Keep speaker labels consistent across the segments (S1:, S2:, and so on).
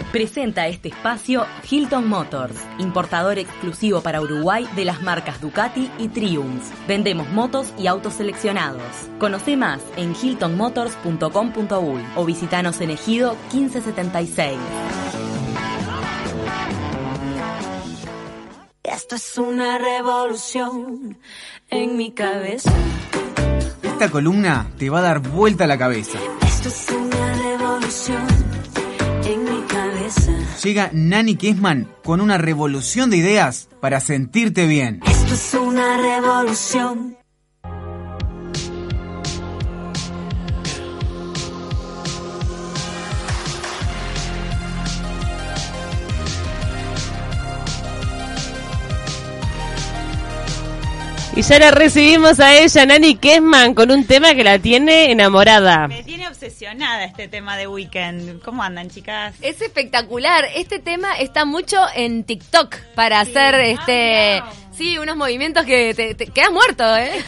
S1: Presenta este espacio Hilton Motors, importador exclusivo para Uruguay de las marcas Ducati y Triumph. Vendemos motos y autos seleccionados. Conoce más en hiltonmotors.com.uy o visitanos en Ejido 1576.
S2: Esto es una revolución en mi cabeza.
S3: Esta columna te va a dar vuelta la cabeza.
S2: Esto es una revolución en mi cabeza.
S3: Llega Nani Kessman con una revolución de ideas para sentirte bien.
S2: Esto es una revolución.
S4: Y ya la recibimos a ella, Nani Kessman, con un tema que la tiene enamorada.
S5: Me tiene obsesionada este tema de Weekend. ¿Cómo andan, chicas?
S6: Es espectacular. Este tema está mucho en TikTok para hacer sí, unos movimientos que te quedas muerto, ¿eh?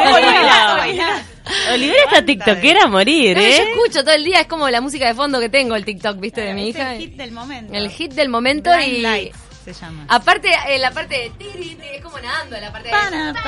S4: Olivera está tiktokera a morir,
S6: No,
S4: ¿eh?
S6: yo escucho todo el día, es como la música de fondo que tengo, el TikTok, ¿viste? De mi hija.
S5: El hit del momento.
S6: El hit del momento.
S5: Blind
S6: y
S5: Lights se llama.
S6: aparte, la parte de tiri, es como nadando, la parte de...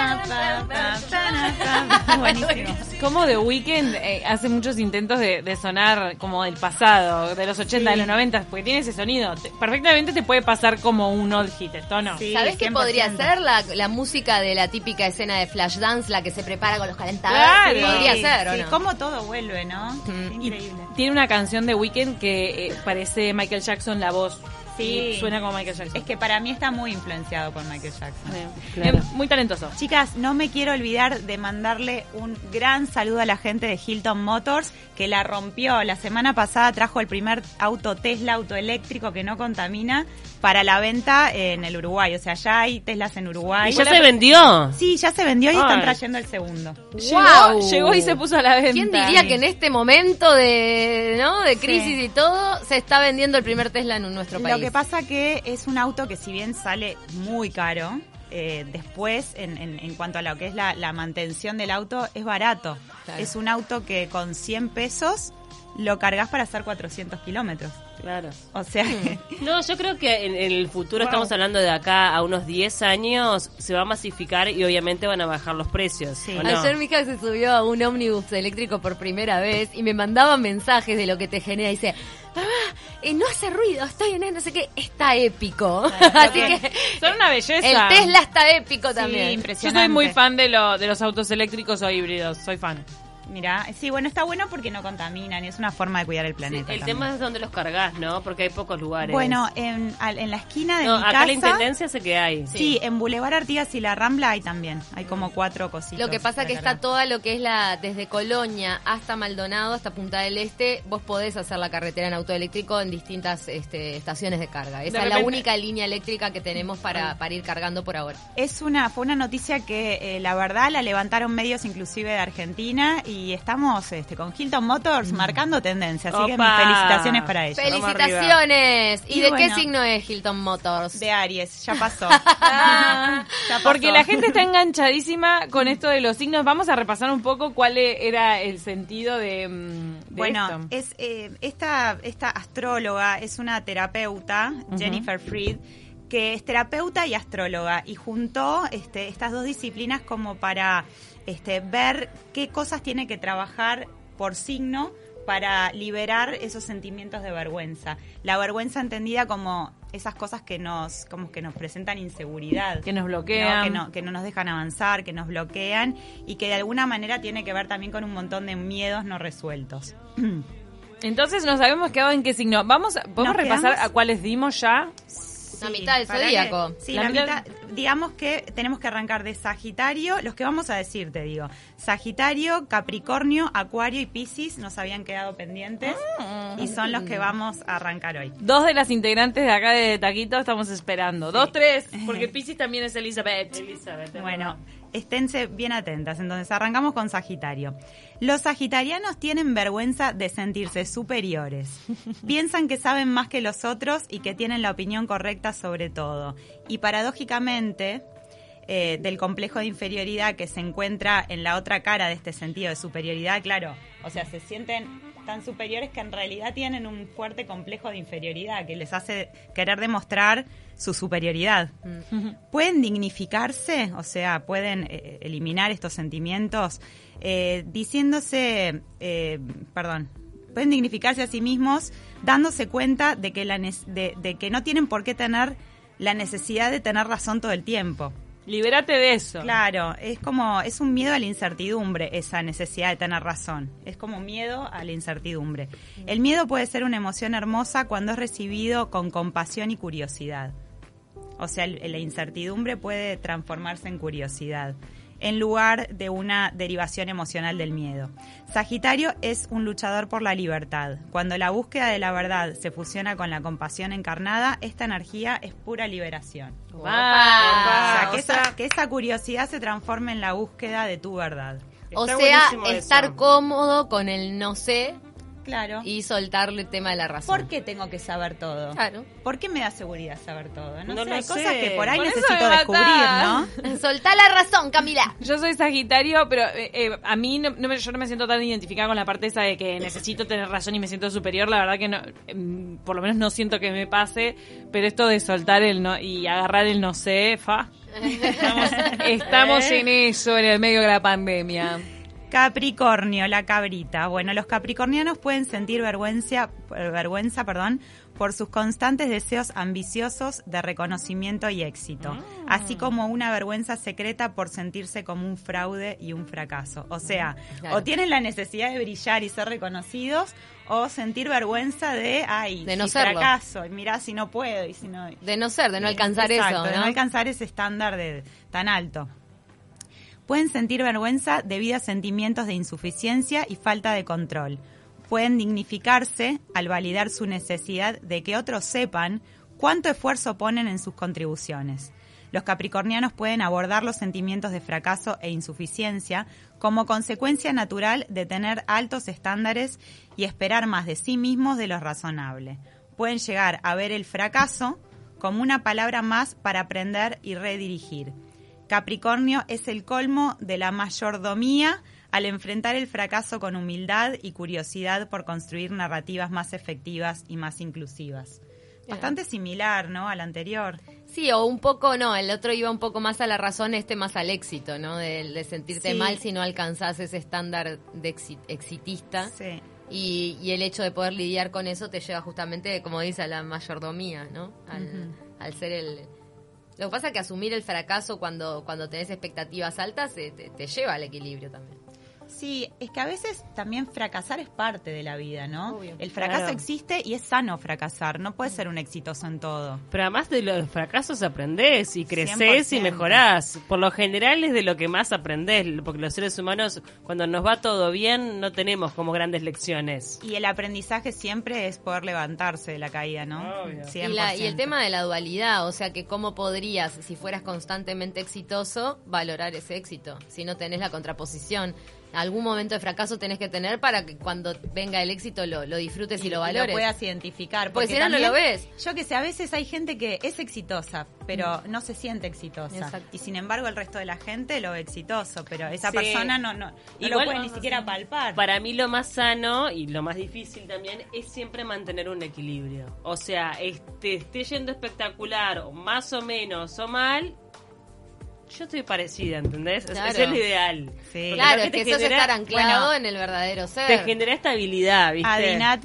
S5: Buenísimo.
S7: Como The Weeknd hace muchos intentos de sonar como del pasado, de los 80, de los 90, porque tiene ese sonido. Perfectamente te puede pasar como un old hit, esto no.
S5: Sí,
S6: ¿Sabés qué
S5: 100%.
S6: podría ser? La música de la típica escena de Flashdance, la que se prepara con los calentadores.
S7: Claro.
S6: Podría ser, ¿o
S5: Sí,
S6: no?
S5: cómo todo vuelve, ¿no?
S7: Y
S5: Increíble.
S7: tiene una canción de Weeknd que parece Michael Jackson la voz.
S5: Sí.
S7: Y suena como Michael Jackson.
S5: Es que para mí está muy influenciado por Michael Jackson.
S7: Claro. Muy talentoso.
S5: Chicas, no me quiero olvidar de mandarle un gran saludo a la gente de Hilton Motors, que la rompió. La semana pasada trajo el primer auto Tesla autoeléctrico que no contamina para la venta en el Uruguay. O sea, ya hay Teslas en Uruguay.
S4: ¿Y ya se vendió?
S5: Sí, ya se vendió y están
S4: Ay.
S5: trayendo el segundo.
S6: ¡Wow!
S7: Llegó y se puso a la venta.
S6: ¿Quién diría que en este momento de crisis y todo se está vendiendo el primer Tesla en nuestro país?
S5: Lo que pasa que es un auto que si bien sale muy caro, después en cuanto a lo que es la mantención del auto es barato.
S6: Claro.
S5: Es un auto que con 100 pesos lo cargas para hacer 400 kilómetros.
S4: Claro.
S5: O sea que...
S4: No, yo creo que en el futuro, estamos hablando de acá a unos 10 años, se va a masificar y obviamente van a bajar los precios.
S5: Sí.
S4: ¿o no?
S6: Ayer mi hija se subió a un ómnibus eléctrico por primera vez y me mandaba mensajes de lo que te genera. Dice, mamá, no hace ruido, estoy en no sé qué, está épico. Así que
S7: Son una belleza.
S6: el Tesla está épico también.
S5: Sí,
S7: Yo
S5: impresionante.
S7: soy muy fan de los autos eléctricos o híbridos, soy fan.
S5: Mira, sí, bueno, está bueno porque no contaminan y es una forma de cuidar el planeta.
S4: El
S5: también.
S4: tema es dónde los cargas, ¿no? Porque hay pocos lugares.
S5: Bueno, en la esquina de
S4: no,
S5: mi
S4: acá
S5: casa...
S4: la Intendencia sé que hay.
S5: Sí, en Boulevard Artigas y La Rambla hay también. Hay como 4 cositas.
S6: Lo que pasa que está toda lo que es desde Colonia hasta Maldonado, hasta Punta del Este, vos podés hacer la carretera en auto eléctrico en distintas estaciones de carga. Esa es la única línea eléctrica que tenemos para ir cargando por ahora.
S5: Fue una noticia que la verdad la levantaron medios inclusive de Argentina y estamos con Hilton Motors marcando tendencia, así que mis
S4: Opa.
S5: felicitaciones para ellos.
S6: ¡Felicitaciones! ¿Y
S5: Y
S6: de
S5: bueno,
S6: qué signo es Hilton Motors?
S5: De Aries, ya pasó.
S6: Ah.
S5: Ya pasó.
S7: Porque la gente está enganchadísima con esto de los signos. Vamos a repasar un poco cuál era el sentido de
S5: Bueno,
S7: esto.
S5: es esta astróloga es una terapeuta, Jennifer Fried, que es terapeuta y astróloga y juntó estas dos disciplinas como para ver qué cosas tiene que trabajar por signo para liberar esos sentimientos de vergüenza. La vergüenza entendida como esas cosas que nos presentan inseguridad,
S7: Que nos bloquean.
S5: ¿no? Que no nos dejan avanzar, que nos bloquean y que de alguna manera tiene que ver también con un montón de miedos no resueltos.
S7: Entonces nos habíamos quedado en qué signo. ¿Podemos
S5: ¿Nos
S7: repasar
S5: quedamos?
S7: a cuáles dimos ya?
S6: La mitad del
S5: para
S6: zodíaco.
S5: Sí,
S7: La
S5: la
S7: mitad-
S5: mitad. Digamos que tenemos que arrancar de Sagitario. Los que vamos a decir, te digo. Sagitario, Capricornio, Acuario y Piscis nos habían quedado pendientes. Y son los que vamos a arrancar hoy.
S7: 2 de las integrantes de acá de Taquito estamos esperando. 2, 3, porque Piscis también es Elizabeth.
S5: Bueno, esténse bien atentas. Entonces, arrancamos con Sagitario. Los sagitarianos tienen vergüenza de sentirse superiores. Piensan que saben más que los otros y que tienen la opinión correcta sobre todo. Y paradójicamente, del complejo de inferioridad que se encuentra en la otra cara de este sentido de superioridad, claro, o sea, se sienten tan superiores que en realidad tienen un fuerte complejo de inferioridad que les hace querer demostrar su superioridad. Pueden dignificarse, o sea, pueden eliminar estos sentimientos pueden dignificarse a sí mismos dándose cuenta de que, de que no tienen por qué tener la necesidad de tener razón todo el tiempo.
S7: Libérate de eso.
S5: Claro, es un miedo a la incertidumbre, esa necesidad de tener razón. Es como miedo a la incertidumbre. El miedo puede ser una emoción hermosa cuando es recibido con compasión y curiosidad. O sea, la incertidumbre puede transformarse en curiosidad, en lugar de una derivación emocional del miedo. Sagitario es un luchador por la libertad. Cuando la búsqueda de la verdad se fusiona con la compasión encarnada, esta energía es pura liberación. O sea, que esa curiosidad se transforme en la búsqueda de tu verdad.
S6: O
S4: Está
S6: sea,
S4: buenísimo
S6: estar
S4: eso.
S6: cómodo con el no sé
S5: Claro.
S6: y soltarle el tema de la razón.
S5: ¿Por qué tengo que saber todo?
S6: Claro.
S5: ¿Por qué me da seguridad saber todo? No
S4: No
S5: sé,
S4: lo
S5: hay
S4: sé.
S5: cosas que por ahí
S7: Por eso
S5: necesito
S7: me
S5: descubrir,
S7: mata.
S5: ¿no?
S6: Soltá la razón, Camila.
S7: Yo soy Sagitario, pero a mí yo no me siento tan identificada con la parte esa de que necesito tener razón y me siento superior. La verdad que no, por lo menos no siento que me pase, pero esto de soltar el no y agarrar el no sé, estamos en eso en el medio de la pandemia.
S5: Capricornio, la cabrita. Bueno, los capricornianos pueden sentir vergüenza, por sus constantes deseos ambiciosos de reconocimiento y éxito, así como una vergüenza secreta por sentirse como un fraude y un fracaso. O sea,
S6: Claro.
S5: o tienen la necesidad de brillar y ser reconocidos, o sentir vergüenza de
S6: no
S5: si
S6: serlo.
S5: fracaso, y mirá si no puedo, y si no...
S6: De no ser, de no alcanzar
S5: Exacto,
S6: eso,
S5: de
S6: ¿no?
S5: no alcanzar ese estándar tan alto. Pueden sentir vergüenza debido a sentimientos de insuficiencia y falta de control. Pueden dignificarse al validar su necesidad de que otros sepan cuánto esfuerzo ponen en sus contribuciones. Los capricornianos pueden abordar los sentimientos de fracaso e insuficiencia como consecuencia natural de tener altos estándares y esperar más de sí mismos de lo razonable. Pueden llegar a ver el fracaso como una palabra más para aprender y redirigir. Capricornio es el colmo de la mayordomía al enfrentar el fracaso con humildad y curiosidad por construir narrativas más efectivas y más inclusivas. Bastante similar, ¿no?, al anterior.
S6: Sí, o un poco, no, el otro iba un poco más a la razón, más al éxito, ¿no? De sentirte
S5: Sí.
S6: mal si no alcanzás ese estándar de exitista.
S5: Sí.
S6: Y el hecho de poder lidiar con eso te lleva justamente, como dice, a la mayordomía, ¿no? Al ser el... Lo que pasa es que asumir el fracaso cuando tenés expectativas altas te lleva al equilibrio también.
S5: Sí, es que a veces también fracasar es parte de la vida, ¿no?
S6: Obvio.
S5: El fracaso
S4: Claro.
S5: existe y es sano fracasar, no puedes ser un exitoso en todo.
S4: Pero además de los fracasos aprendés y creces y
S5: 100%.
S4: mejorás. Por lo general es de lo que más aprendés, porque los seres humanos, cuando nos va todo bien, no tenemos como grandes lecciones.
S5: Y el aprendizaje siempre es poder levantarse de la caída, ¿no?
S4: Obvio.
S5: 100%.
S6: Y el tema de la dualidad, o sea, que cómo podrías, si fueras constantemente exitoso, valorar ese éxito, si no tenés la contraposición. Algún momento de fracaso tenés que tener para que cuando venga el éxito lo disfrutes y lo valores.
S5: lo puedas identificar.
S6: Porque si no, no
S5: también,
S6: lo ves.
S5: Yo que sé, a veces hay gente que es exitosa, pero no se siente exitosa.
S6: Exacto.
S5: Y sin embargo el resto de la gente lo ve exitoso, pero esa
S4: Sí.
S5: persona no lo
S4: Igual,
S5: puede ni siquiera palpar.
S4: Para mí lo más sano y lo más difícil también es siempre mantener un equilibrio. O sea, esté yendo espectacular, o más o menos o mal, yo estoy parecida, ¿entendés?
S6: Claro.
S4: Ese es lo ideal.
S5: Sí.
S4: Porque
S6: Claro,
S4: lo
S6: es que
S4: te
S6: eso es
S4: genera-
S6: estar anclado
S5: bueno,
S6: en el verdadero ser.
S4: Te genera estabilidad, ¿viste?
S5: Adinat,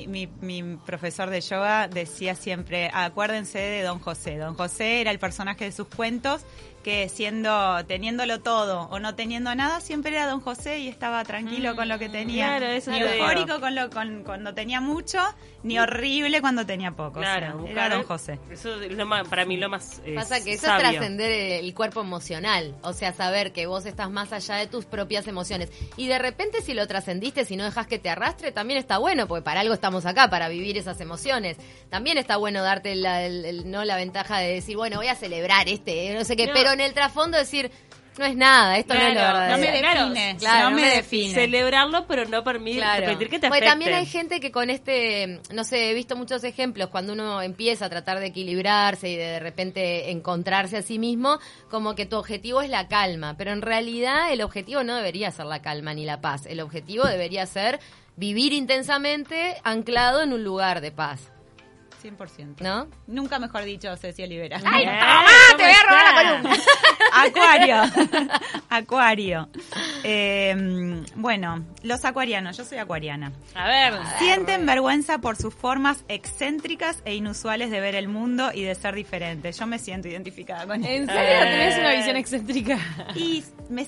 S5: mi profesor de yoga, decía siempre, acuérdense de Don José. Don José era el personaje de sus cuentos que teniéndolo todo o no teniendo nada, siempre era Don José y estaba tranquilo con lo que tenía.
S4: claro, eso
S5: ni
S4: lo veo.
S5: eufórico cuando tenía mucho, ni horrible cuando tenía poco.
S4: Claro,
S5: o sea,
S4: buscar-
S5: era Don José.
S4: Eso es lo más, para mí lo más
S6: Pasa que eso
S4: sabio.
S6: es trascender el cuerpo emocional, o sea, saber que vos estás más allá de tus propias emociones. Y de repente si lo trascendiste, si no dejas que te arrastre, también está bueno, porque para algo estamos acá, para vivir esas emociones. También está bueno darte la ventaja de decir, bueno, voy a celebrar no sé qué,
S4: No.
S6: pero en el trasfondo decir, no es nada, esto no es lo
S4: Claro,
S6: verdadero.
S5: No me
S4: Claro,
S5: define,
S6: claro,
S5: no me define.
S4: Celebrarlo, pero no permitir que te
S6: Porque
S4: afecte.
S6: también hay gente que con no sé, he visto muchos ejemplos, cuando uno empieza a tratar de equilibrarse y de repente encontrarse a sí mismo, como que tu objetivo es la calma, pero en realidad el objetivo no debería ser la calma ni la paz, el objetivo debería ser vivir intensamente anclado en un lugar de paz,
S5: 100%.
S6: ¿no?
S5: Nunca mejor dicho, Ceci Olivera.
S6: ¡Ay,
S4: Bien,
S6: mamá! ¡Te voy a robar la columna!
S5: Acuario. Bueno, los acuarianos, yo soy acuariana.
S7: A ver.
S5: Sienten vergüenza por sus formas excéntricas e inusuales de ver el mundo y de ser diferentes. Yo me siento identificada con
S7: ¿En
S5: eso.
S7: serio tenés una visión excéntrica?
S5: Y me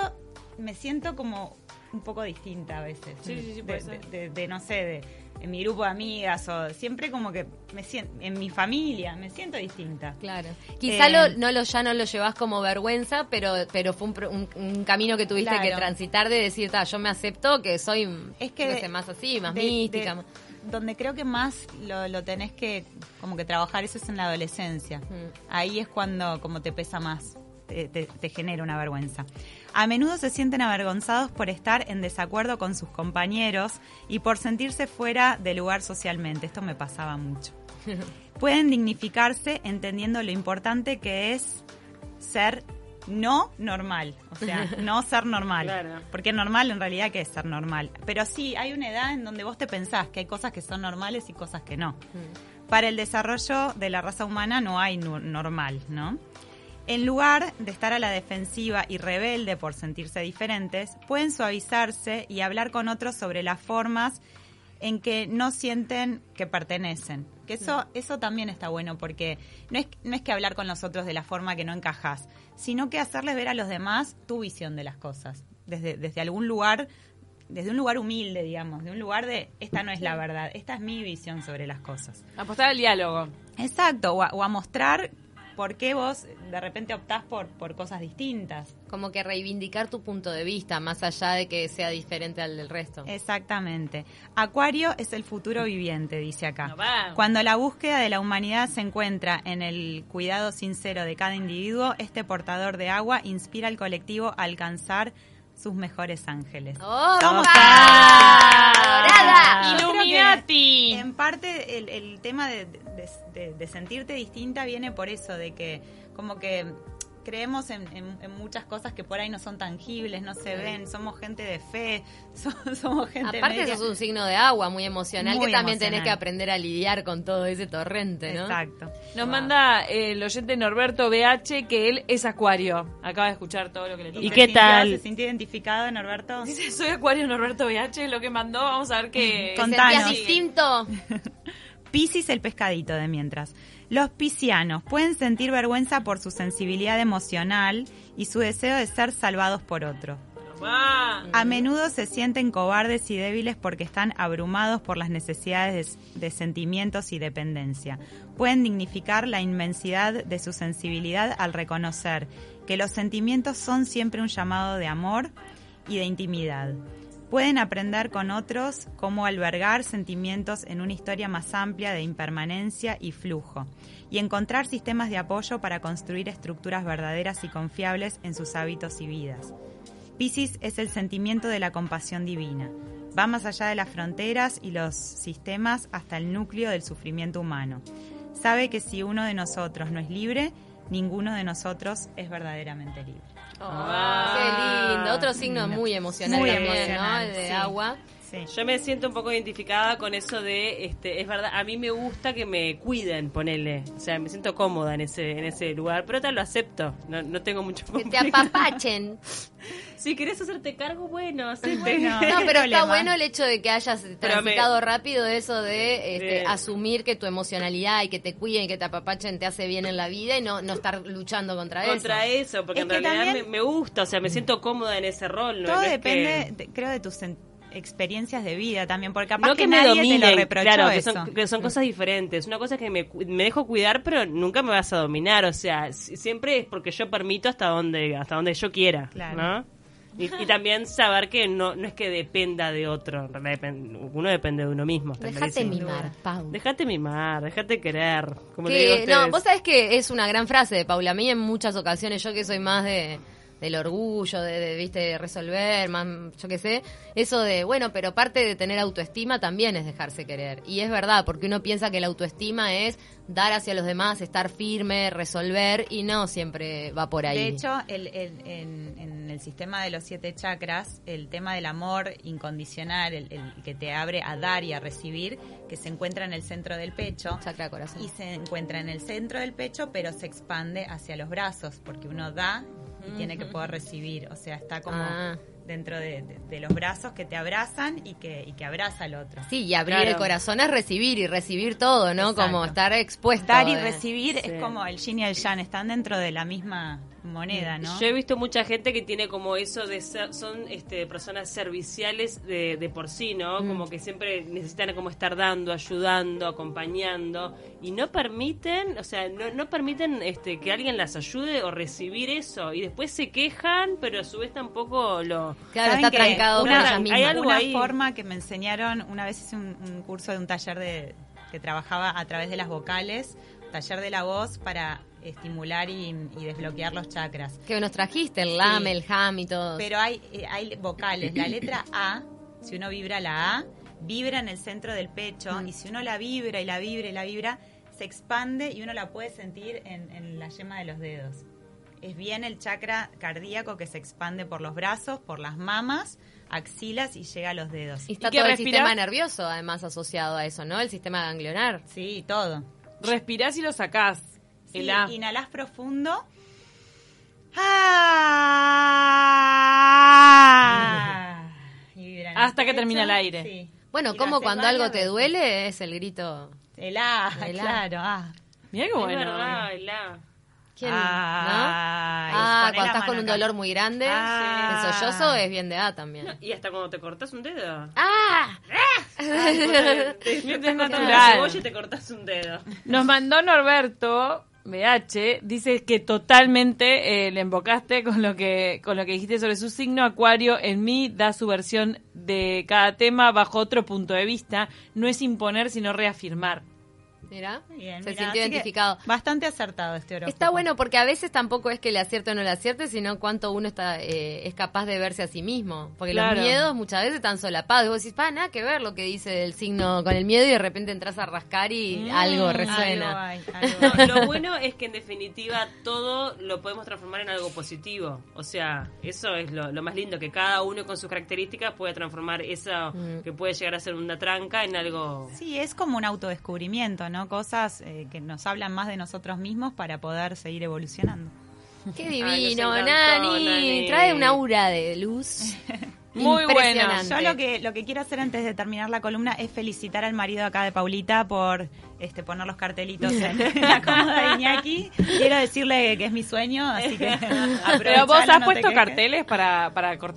S5: siento como un poco distinta a veces.
S7: Sí, puede ser.
S5: De no sé, en mi grupo de amigas o siempre como que me siento, en mi familia, me siento distinta.
S6: Claro. Quizá ya no lo llevas como vergüenza, pero fue un camino que tuviste
S5: Claro.
S6: que transitar de decir, yo me acepto que soy
S5: Es que
S6: no sé, más así, más
S5: de-
S6: mística.
S5: donde creo que más lo tenés que como que trabajar eso es en la adolescencia. Ahí es cuando como te pesa más, te genera una vergüenza. A menudo se sienten avergonzados por estar en desacuerdo con sus compañeros y por sentirse fuera de lugar socialmente. Esto me pasaba mucho. Pueden dignificarse entendiendo lo importante que es ser no normal, o sea, no ser normal.
S4: Claro.
S5: Porque normal en realidad, ¿qué es ser normal? Pero sí, hay una edad en donde vos te pensás que hay cosas que son normales y cosas que no. Para el desarrollo de la raza humana no hay normal, ¿no? En lugar de estar a la defensiva y rebelde por sentirse diferentes, pueden suavizarse y hablar con otros sobre las formas en que no sienten que pertenecen. Que eso también está bueno, porque no es que hablar con los otros de la forma que no encajás, sino que hacerles ver a los demás tu visión de las cosas, desde algún lugar, desde un lugar humilde, digamos, de un lugar de esta no es la verdad, esta es mi visión sobre las cosas.
S7: Apostar al diálogo.
S5: Exacto, o a mostrar por qué vos de repente optás por cosas distintas.
S6: Como que reivindicar tu punto de vista, más allá de que sea diferente al del resto.
S5: Exactamente. Acuario es el futuro viviente, dice acá.
S7: No va.
S5: Cuando la búsqueda de la humanidad se encuentra en el cuidado sincero de cada individuo, este portador de agua inspira al colectivo a alcanzar sus mejores ángeles.
S6: ¡Oh,
S5: Toma.
S6: ¡Dorada!
S5: Yo creo que
S7: ¡Illuminati!
S5: En parte el tema de sentirte distinta viene por eso, de que como que creemos en muchas cosas que por ahí no son tangibles, no se ven, somos gente de fe, somos gente
S6: Aparte
S5: media.
S6: sos un signo de agua muy emocional,
S5: Muy
S6: que también
S5: emocional.
S6: tenés que aprender a lidiar con todo ese torrente, ¿no?
S5: Exacto.
S7: Nos manda el oyente Norberto BH que él es acuario. Acaba de escuchar todo lo que le toca.
S4: ¿Y qué tal?
S5: ¿Se sintió identificado, Norberto?
S7: Dice, soy acuario Norberto BH, es lo que mandó. Vamos a ver qué...
S5: Con-
S6: ¿Te sentías
S5: Contanos.
S6: distinto?
S5: Piscis, el pescadito de mientras. Los piscianos pueden sentir vergüenza por su sensibilidad emocional y su deseo de ser salvados por otro.
S7: Va.
S5: A menudo se sienten cobardes y débiles porque están abrumados por las necesidades de sentimientos y dependencia. Pueden dignificar la inmensidad de su sensibilidad al reconocer que los sentimientos son siempre un llamado de amor y de intimidad. Pueden aprender con otros cómo albergar sentimientos en una historia más amplia de impermanencia y flujo, y encontrar sistemas de apoyo para construir estructuras verdaderas y confiables en sus hábitos y vidas. Piscis es el sentimiento de la compasión divina. Va más allá de las fronteras y los sistemas hasta el núcleo del sufrimiento humano. Sabe que si uno de nosotros no es libre, ninguno de nosotros es verdaderamente libre.
S6: Qué lindo. Otro signo muy emocional
S5: Muy
S6: también,
S5: emocional,
S6: ¿no? El de
S5: sí.
S6: agua.
S5: Sí.
S4: Yo me siento un poco identificada con eso de, es verdad, a mí me gusta que me cuiden, ponele. O sea, me siento cómoda en ese lugar, pero tal lo acepto. No tengo mucho
S6: Que te
S4: conflicto.
S6: apapachen.
S4: Si querés hacerte cargo, bueno, hacete.
S5: Bueno.
S6: No, pero
S5: problema.
S6: está bueno el hecho de que hayas transitado rápido eso de
S4: Sí.
S6: asumir que tu emocionalidad y que te cuiden y que te apapachen te hace bien en la vida y no estar luchando contra
S4: Eso, porque
S5: Es
S4: en
S5: que
S4: realidad
S5: también-
S4: me gusta, o sea, me siento cómoda en ese rol.
S5: Todo
S4: no es
S5: depende,
S4: que...
S5: creo, de tus experiencias de vida también, porque capaz
S4: No
S5: que
S4: que me
S5: nadie te
S4: dominen,
S5: lo reprochó
S4: claro,
S5: eso.
S4: que son cosas diferentes. Una cosa es que me dejo cuidar, pero nunca me vas a dominar. O sea, siempre es porque yo permito hasta donde yo quiera,
S5: Claro.
S4: ¿no? Y también saber que no es que dependa de otro. En realidad uno depende de uno mismo. está
S6: Dejate
S4: clarísimo.
S6: mimar, Pau.
S4: Dejate mimar, dejate querer. Como le digo a
S6: Que,
S4: ustedes.
S6: no, vos sabés que es una gran frase de Paula. A mí en muchas ocasiones, yo que soy más del orgullo, viste, de resolver, más, yo qué sé, eso de, bueno, pero parte de tener autoestima también es dejarse querer. Y es verdad, porque uno piensa que la autoestima es dar hacia los demás, estar firme, resolver, y no siempre va por ahí.
S5: De hecho, en el sistema de los 7 chakras, el tema del amor incondicional, el que te abre a dar y a recibir, que se encuentra en el centro del pecho.
S6: Chakra corazón.
S5: Y se encuentra en el centro del pecho, pero se expande hacia los brazos, porque uno da y tiene que poder recibir. O sea, está como dentro de los brazos que te abrazan y que abraza al otro.
S6: Sí, y abrir el corazón es recibir y recibir todo, ¿no?
S5: Exacto.
S6: Como estar expuesto.
S5: Dar y recibir es como el yin y el yang, están dentro de la misma moneda, ¿no?
S4: Yo he visto mucha gente que tiene como eso de ser, son personas serviciales de por sí, ¿no? Como que siempre necesitan como estar dando, ayudando, acompañando y no permiten, o sea, no permiten que alguien las ayude o recibir eso y después se quejan, pero a su vez tampoco lo...
S6: Claro, está trancado con ellas mismas.
S4: Hay algo
S5: una
S4: ahí.
S5: forma que me enseñaron, una vez hice un curso de un taller que trabajaba a través de las vocales, taller de la voz para estimular y desbloquear los chakras.
S6: Que nos trajiste, el LAM,
S5: Sí.
S6: el HAM y todo.
S5: Pero hay vocales. La letra A, si uno vibra la A, vibra en el centro del pecho y si uno la vibra y la vibra y la vibra, se expande y uno la puede sentir en la yema de los dedos. Es bien el chakra cardíaco que se expande por los brazos, por las mamas, axilas y llega a los dedos.
S6: Y está
S7: ¿Y que
S6: todo el
S7: respirás?
S6: sistema nervioso, además, asociado a eso, ¿no? El sistema ganglionar.
S5: Sí, todo.
S7: Respirás y lo sacás.
S5: Sí,
S7: El A.
S5: inhalás profundo. Y vibra en el
S7: Hasta que
S5: pecho.
S7: termina el aire.
S5: Sí.
S6: Bueno,
S5: Y lo
S6: como
S5: haces
S6: cuando
S5: varias
S6: algo te
S5: veces.
S6: duele, es el grito.
S5: El A,
S6: El A.
S5: claro,
S7: Mirá qué
S4: Es
S7: bueno.
S4: verdad, el A.
S6: ¿Quién?
S5: Ay,
S6: ¿No?
S5: poné
S6: Cuando
S5: la
S6: estás con
S5: mano
S6: un
S5: acá.
S6: dolor muy grande,
S5: Ah.
S6: el sollozo es bien de A también.
S4: Y hasta cuando te cortas un dedo.
S6: ¡Ah!
S7: Es
S4: Una
S7: natural.
S4: cebolla y te cortas un dedo.
S7: Nos mandó Norberto BH, dice que totalmente le embocaste con lo que dijiste sobre su signo. Acuario en mí da su versión de cada tema bajo otro punto de vista. No es imponer, sino reafirmar.
S6: Mira,
S5: Bien,
S6: se
S5: mirá,
S6: sintió
S5: así que
S6: identificado.
S5: Bastante acertado este horóscopo.
S6: Está bueno porque a veces tampoco es que le acierte o no le acierte, sino cuánto uno está es capaz de verse a sí mismo. Porque
S7: Claro.
S6: los miedos muchas veces están solapados. Y vos decís, nada que ver lo que dice el signo con el miedo y de repente entras a rascar y algo resuena.
S5: Algo
S4: No, lo bueno es que en definitiva todo lo podemos transformar en algo positivo. O sea, eso es lo más lindo, que cada uno con sus características puede transformar eso que puede llegar a ser una tranca en algo...
S5: Sí, es como un autodescubrimiento, ¿no? Cosas que nos hablan más de nosotros mismos para poder seguir evolucionando.
S6: Qué
S4: Ay,
S6: divino,
S4: nos encantó,
S6: Nani.
S4: Nani.
S6: Trae un aura de luz.
S7: Muy
S6: impresionante.
S5: Yo lo que quiero hacer antes de terminar la columna es felicitar al marido acá de Paulita por poner los cartelitos en la cómoda de Iñaki. Quiero decirle que es mi sueño, así que
S7: Pero vos
S5: aprovechalo,
S7: has
S5: no te
S7: puesto
S5: quejes.
S7: carteles para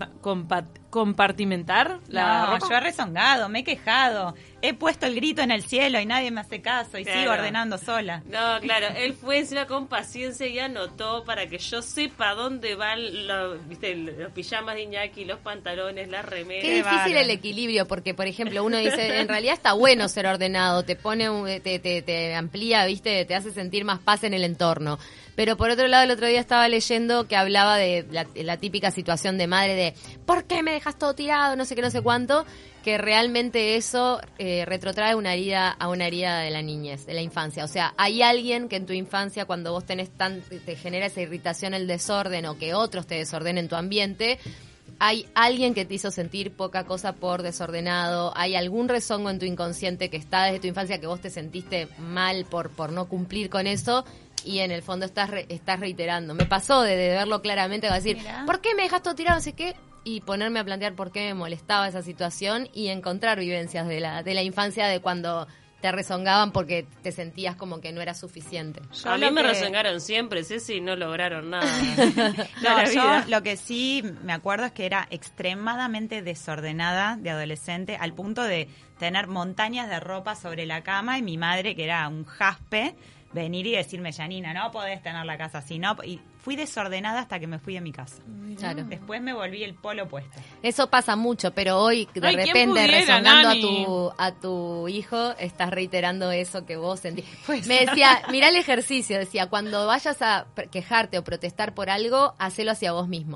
S7: compartimentar la
S5: No,
S7: ropa.
S5: yo he rezongado, me he quejado. He puesto el grito en el cielo y nadie me hace caso y
S4: Claro.
S5: sigo ordenando sola.
S4: No, claro, él fue encima con paciencia y anotó para que yo sepa dónde van los pijamas de Iñaki, los pantalones, las remeras.
S6: Qué difícil
S5: bárbaro.
S6: el equilibrio, porque por ejemplo uno dice, en realidad está bueno ser ordenado, te pone, te amplía, viste, te hace sentir más paz en el entorno. Pero por otro lado, el otro día estaba leyendo que hablaba de la típica situación de madre de ¿por qué me dejas todo tirado? No sé qué, no sé cuánto, que realmente eso retrotrae a una herida de la niñez, de la infancia. O sea, hay alguien que en tu infancia, cuando vos te genera esa irritación, el desorden, o que otros te desordenen tu ambiente, hay alguien que te hizo sentir poca cosa por desordenado, hay algún rezongo en tu inconsciente que está desde tu infancia que vos te sentiste mal por no cumplir con eso, y en el fondo estás reiterando. Me pasó de verlo claramente, de decir,
S5: Mirá.
S6: ¿por qué me dejas todo tirado? No sé qué, y ponerme a plantear por qué me molestaba esa situación y encontrar vivencias de la infancia, de cuando te rezongaban porque te sentías como que no era suficiente.
S5: Yo
S4: A mí
S5: lo
S4: me
S5: que-
S4: rezongaron siempre, Ceci, y no lograron nada.
S5: No,
S4: La
S5: yo
S4: vida.
S5: lo que sí me acuerdo es que era extremadamente desordenada de adolescente, al punto de tener montañas de ropa sobre la cama y mi madre, que era un jaspe, venir y decirme, Janina, no podés tener la casa así, ¿no? Y fui desordenada hasta que me fui de mi casa.
S6: Claro.
S5: Después me volví el polo opuesto.
S6: Eso pasa mucho, pero hoy de
S7: Ay, ¿quién
S6: repente
S7: pudiera,
S6: rezongando
S7: Nani?
S6: a tu hijo, estás reiterando eso que vos sentís.
S5: Pues-
S6: Me decía, mirá el ejercicio, decía, cuando vayas a quejarte o protestar por algo, hacelo hacia vos mismo.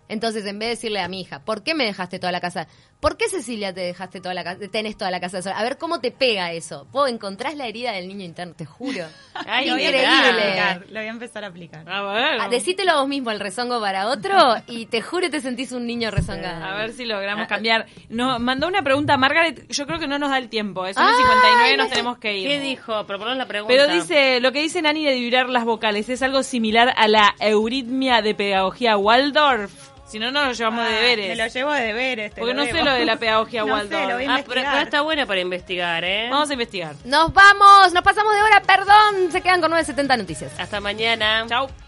S6: Entonces, en vez de decirle a mi hija, ¿por qué me dejaste toda la casa? ¿Por qué, Cecilia, tenés toda la casa sola? A ver cómo te pega eso. Vos encontrás la herida del niño interno, te juro.
S4: Ay,
S5: Lo voy a
S6: increíble.
S5: lo voy a empezar a aplicar.
S7: A ver.
S6: Decítelo a vos mismo el rezongo para otro y te juro te sentís un niño rezongado.
S7: A ver si logramos cambiar. Nos mandó una pregunta a Margaret, yo creo que no nos da el tiempo. Es
S6: Ay,
S7: 1:59, nos tenemos que ir.
S4: ¿Qué dijo? Proponos la pregunta.
S7: Pero dice, lo que dice Nani de vibrar las vocales, ¿es algo similar a la euritmia de pedagogía Waldorf? Si no, no lo llevamos de deberes.
S5: Me lo llevo de deberes.
S7: Porque no sé lo de la pedagogía
S5: No
S7: Waldorf.
S5: sé, lo voy a
S4: pero
S5: investigar.
S4: está buena para investigar, ¿eh?
S7: Vamos a investigar.
S6: Nos vamos, nos pasamos de hora, perdón. Se quedan con 9:70 noticias.
S4: Hasta mañana.
S7: Chau.